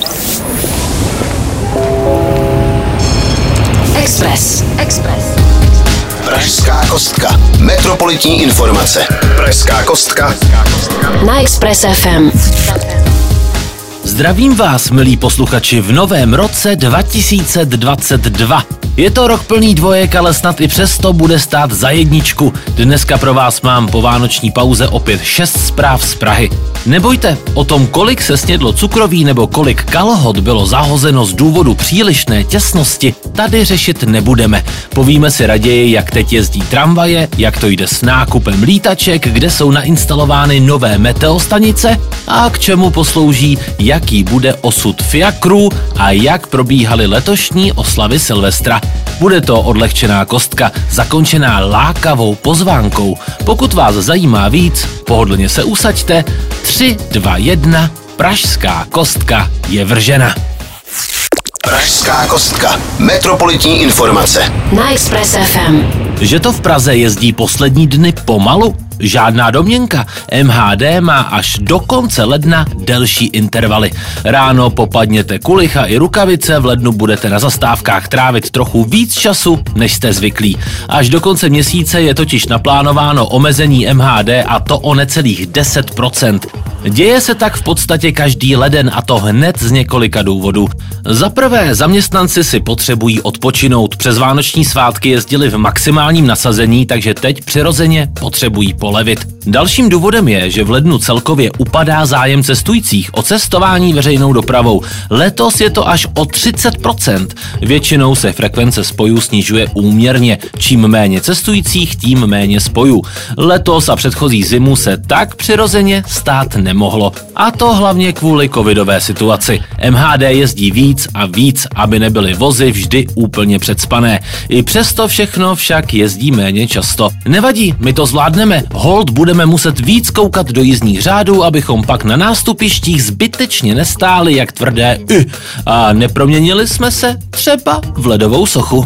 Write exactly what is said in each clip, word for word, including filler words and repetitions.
Express. Express. Pražská kostka. Metropolitní informace. Pražská kostka. Na Express F M. Zdravím vás, milí posluchači, v novém roce dva tisíce dvacet dva. Je to rok plný dvojek, ale snad i přesto bude stát za jedničku. Dneska pro vás mám po vánoční pauze opět šest zpráv z Prahy. Nebojte, o tom, kolik se snědlo cukroví nebo kolik kalhot bylo zahozeno z důvodu přílišné těsnosti, tady řešit nebudeme. Povíme si raději, jak teď jezdí tramvaje, jak to jde s nákupem lítaček, kde jsou nainstalovány nové meteostanice a k čemu poslouží, jaký bude osud fiakrů a jak probíhaly letošní oslavy Silvestra. Bude to odlehčená kostka, zakončená lákavou pozvánkou. Pokud vás zajímá víc, pohodlně se usaďte. tři, dva, jedna, Pražská kostka je vržena. Pražská kostka. Metropolitní informace. Na Express F M. Že to v Praze jezdí poslední dny pomalu? Žádná domněnka. M H D má až do konce ledna delší intervaly. Ráno popadněte kulicha i rukavice, v lednu budete na zastávkách trávit trochu víc času, než jste zvyklí. Až do konce měsíce je totiž naplánováno omezení M H D a to o necelých deset procent. Děje se tak v podstatě každý leden a to hned z několika důvodů. Za prvé, zaměstnanci si potřebují odpočinout. Přes vánoční svátky jezdili v maximálním nasazení, takže teď přirozeně potřebují polevit. Dalším důvodem je, že v lednu celkově upadá zájem cestujících o cestování veřejnou dopravou. Letos je to až o třicet procent. Většinou se frekvence spojů snižuje úměrně. Čím méně cestujících, tím méně spojů. Letos a předchozí zimu se tak přirozeně stát nemohlo. A to hlavně kvůli covidové situaci. M H D jezdí víc a víc, aby nebyly vozy vždy úplně předspané. I přesto všechno však jezdí méně často. Nevadí, my to zvládneme. Hold budeme muset víc koukat do jízdních řádů, abychom pak na nástupištích zbytečně nestáli jak tvrdé y a neproměnili jsme se třeba v ledovou sochu.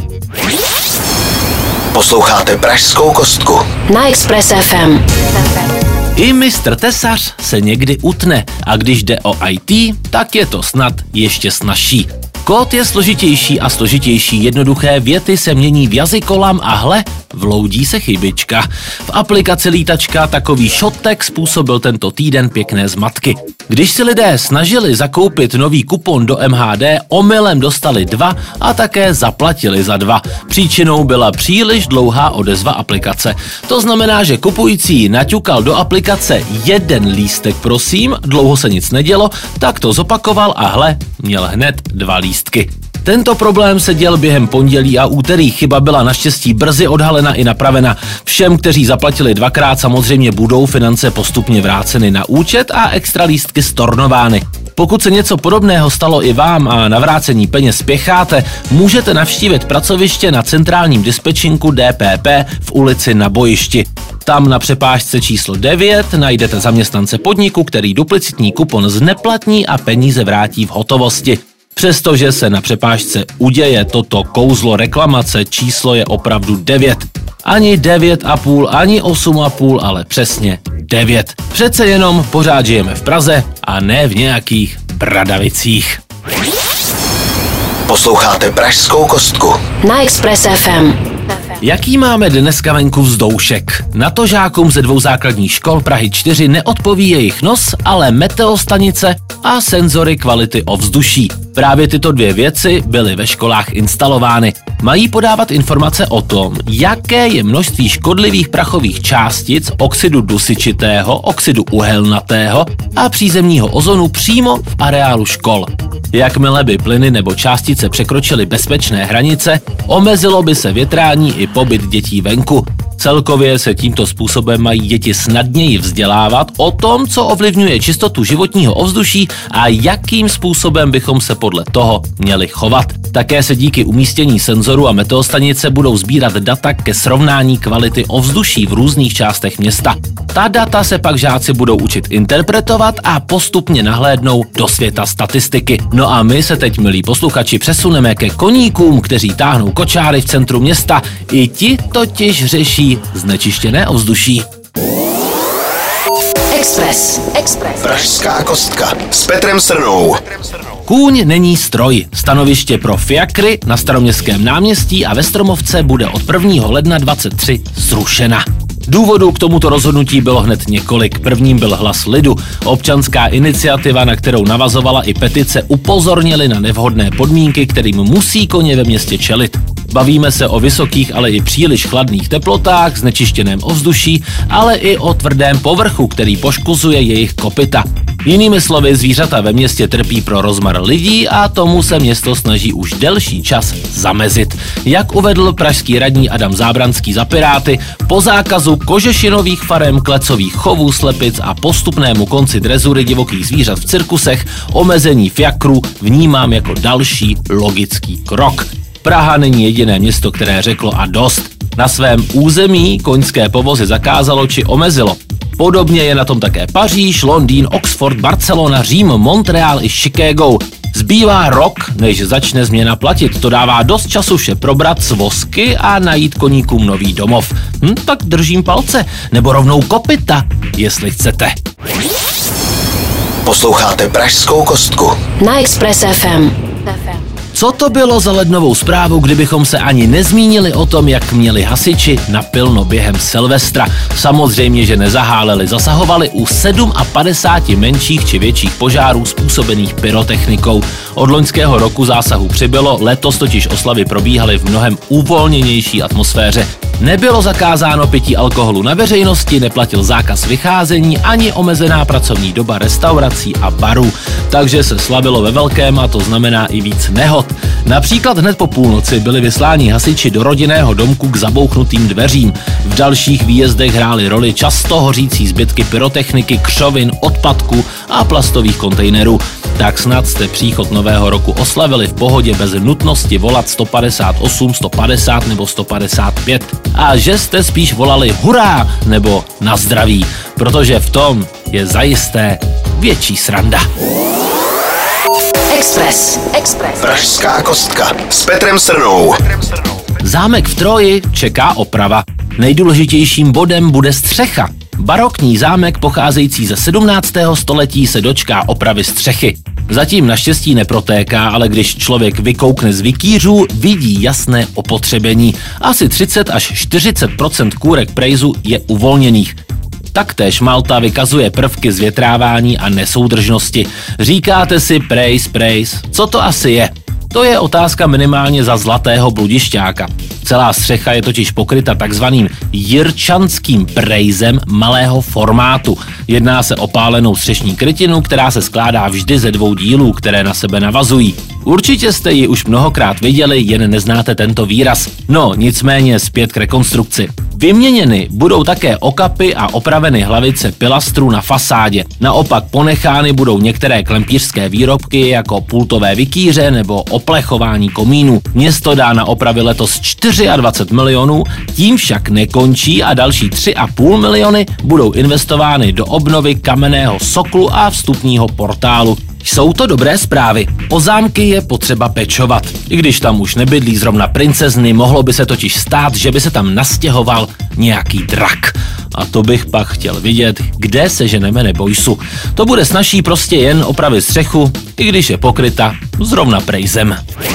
Posloucháte Pražskou kostku. Na Express F M. I mistr Tesař se někdy utne a když jde o í té, tak je to snad ještě snazší. Kód je složitější a složitější, jednoduché věty se mění v jazykolam a hle, vloudí se chybička. V aplikaci Lítačka takový šotek způsobil tento týden pěkné zmatky. Když si lidé snažili zakoupit nový kupon do M H D, omylem dostali dva a také zaplatili za dva. Příčinou byla příliš dlouhá odezva aplikace. To znamená, že kupující naťukal do aplikace jeden lístek prosím, dlouho se nic nedělo, tak to zopakoval a hle, měl hned dva lístky. Tento problém se děl během pondělí a úterý, chyba byla naštěstí brzy odhalena i napravena. Všem, kteří zaplatili dvakrát, samozřejmě budou finance postupně vráceny na účet a extra lístky stornovány. Pokud se něco podobného stalo i vám a na vrácení peněz spěcháte, můžete navštívit pracoviště na centrálním dispečinku D P P v ulici Na Bojišti. Tam na přepážce číslo devět najdete zaměstnance podniku, který duplicitní kupon zneplatní a peníze vrátí v hotovosti. Přestože se na přepážce uděje toto kouzlo reklamace, číslo je opravdu devět. Ani devět a půl, ani osm a půl, ale přesně devět. Přece jenom pořád žijeme v Praze a ne v nějakých Bradavicích. Posloucháte Pražskou kostku. Na Express F M. Jaký máme dneska venku vzdoušek? Na to žákům ze dvou základních škol Prahy čtyři neodpoví jejich nos, ale meteostanice a senzory kvality ovzduší. Právě tyto dvě věci byly ve školách instalovány. Mají podávat informace o tom, jaké je množství škodlivých prachových částic, oxidu dusičitého, oxidu uhelnatého a přízemního ozonu přímo v areálu škol. Jakmile by plyny nebo částice překročily bezpečné hranice, omezilo by se větrání i pobyt dětí venku. Celkově se tímto způsobem mají děti snadněji vzdělávat o tom, co ovlivňuje čistotu životního ovzduší a jakým způsobem bychom se podle toho měli chovat. Také se díky umístění senzoru a meteostanice budou sbírat data ke srovnání kvality ovzduší v různých částech města. Ta data se pak žáci budou učit interpretovat a postupně nahlédnou do světa statistiky. No a my se teď, milí posluchači, přesuneme ke koníkům, kteří táhnou kočáry v centru města. I ti totiž řeší znečištěné ovzduší. Express. Express. Pražská kostka s Petrem Srnou. Kůň není stroj. Stanoviště pro fiakry na Staroměstském náměstí a ve Stromovce bude od prvního ledna dvacet tři zrušena. Důvodů k tomuto rozhodnutí bylo hned několik. Prvním byl hlas lidu. Občanská iniciativa, na kterou navazovala i petice, upozornili na nevhodné podmínky, kterým musí koně ve městě čelit. Bavíme se o vysokých, ale i příliš chladných teplotách, znečištěném ovzduší, ale i o tvrdém povrchu, který poškozuje jejich kopyta. Jinými slovy, zvířata ve městě trpí pro rozmar lidí a tomu se město snaží už delší čas zamezit. Jak uvedl pražský radní Adam Zábranský za Piráty, po zákazu kožešinových farem, klecových chovů slepic a postupnému konci drezury divokých zvířat v cirkusech, omezení fiakrů vnímám jako další logický krok. Praha není jediné město, které řeklo a dost. Na svém území koňské povozy zakázalo či omezilo. Podobně je na tom také Paříž, Londýn, Oxford, Barcelona, Řím, Montreal i Chicago. Zbývá rok, než začne změna platit. To dává dost času vše probrat z vosky a najít koníkům nový domov. Hm, tak držím palce, nebo rovnou kopyta, jestli chcete. Posloucháte Pražskou kostku Na Express F M. Co to bylo za lednovou zprávu, kdybychom se ani nezmínili o tom, jak měli hasiči napilno během Silvestra? Samozřejmě, že nezaháleli, zasahovali u padesát sedm menších či větších požárů způsobených pyrotechnikou. Od loňského roku zásahu přibylo, letos totiž oslavy probíhaly v mnohem uvolněnější atmosféře. Nebylo zakázáno pití alkoholu na veřejnosti, neplatil zákaz vycházení ani omezená pracovní doba restaurací a barů. Takže se slavilo ve velkém a to znamená i víc nehod. Například hned po půlnoci byli vysláni hasiči do rodinného domku k zabouchnutým dveřím. V dalších výjezdech hrály roli často hořící zbytky pyrotechniky, křovin, odpadků a plastových kontejnerů. Tak snad jste příchod nového roku oslavili v pohodě bez nutnosti volat sto padesát osm, sto padesát nebo sto padesát pět. A že jste spíš volali hurá nebo na zdraví, protože v tom je zajisté větší sranda. Express. Express. Pražská kostka s Petrem Srnou. Zámek v Troji čeká oprava. Nejdůležitějším bodem bude střecha. Barokní zámek pocházející ze sedmnáctého století se dočká opravy střechy. Zatím naštěstí neprotéká, ale když člověk vykoukne z vikýřů, vidí jasné opotřebení. Asi třicet až čtyřicet procent kůrek prejzu je uvolněných. Taktéž Malta vykazuje prvky zvětrávání a nesoudržnosti. Říkáte si prejs, prejs. Co to asi je? To je otázka minimálně za zlatého bludišťáka. Celá střecha je totiž pokryta takzvaným jirčanským prejzem malého formátu. Jedná se o pálenou střešní krytinu, která se skládá vždy ze dvou dílů, které na sebe navazují. Určitě jste ji už mnohokrát viděli, jen neznáte tento výraz. No, nicméně zpět k rekonstrukci. Vyměněny budou také okapy a opraveny hlavice pilastrů na fasádě. Naopak ponechány budou některé klempířské výrobky jako pultové vikýře nebo oplechování komínů. Město dá na opravy letos dvacet čtyři milionů, tím však nekončí a další tři a půl miliony budou investovány do obnovy kamenného soklu a vstupního portálu. Jsou to dobré zprávy. O zámky je potřeba pečovat. I když tam už nebydlí zrovna princezny, mohlo by se totiž stát, že by se tam nastěhoval nějaký drak. A to bych pak chtěl vidět, kde se ženeme nebojsu. To bude snazší prostě jen opravit střechu, i když je pokryta zrovna prejzem.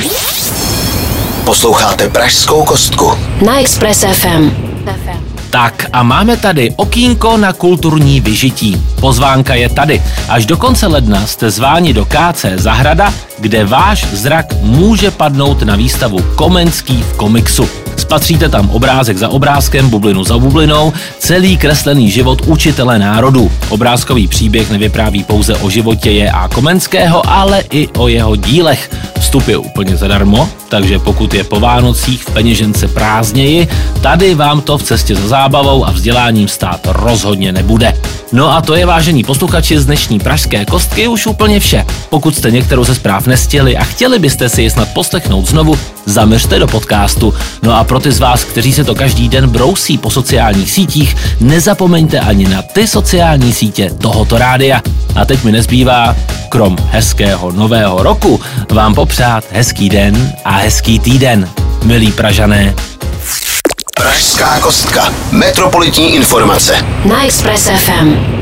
Posloucháte Pražskou kostku Na Express F M. Tak a máme tady okýnko na kulturní vyžití. Pozvánka je tady. Až do konce ledna jste zváni do K C Zahrada, kde váš zrak může padnout na výstavu Komenský v komiksu. Spatříte tam obrázek za obrázkem, bublinu za bublinou, celý kreslený život učitele národů. Obrázkový příběh nevypráví pouze o životě J A Komenského, ale i o jeho dílech. Vstup je úplně zadarmo, takže pokud je po Vánocích v peněžence prázdněji, tady vám to v cestě za zábavou a vzděláním stát rozhodně nebude. No a to je, vážení posluchači, z dnešní Pražské kostky už úplně vše. Pokud jste některou ze zpráv nestihli a chtěli byste si je snad poslechnout znovu, zaměřte do podcastu. No a pro ty z vás, kteří se to každý den brousí po sociálních sítích, nezapomeňte ani na ty sociální sítě tohoto rádia. A teď mi nezbývá, krom hezkého nového roku, vám popřát hezký den a hezký týden, milí Pražané. Pražská kostka. Metropolitní informace. Na Express F M.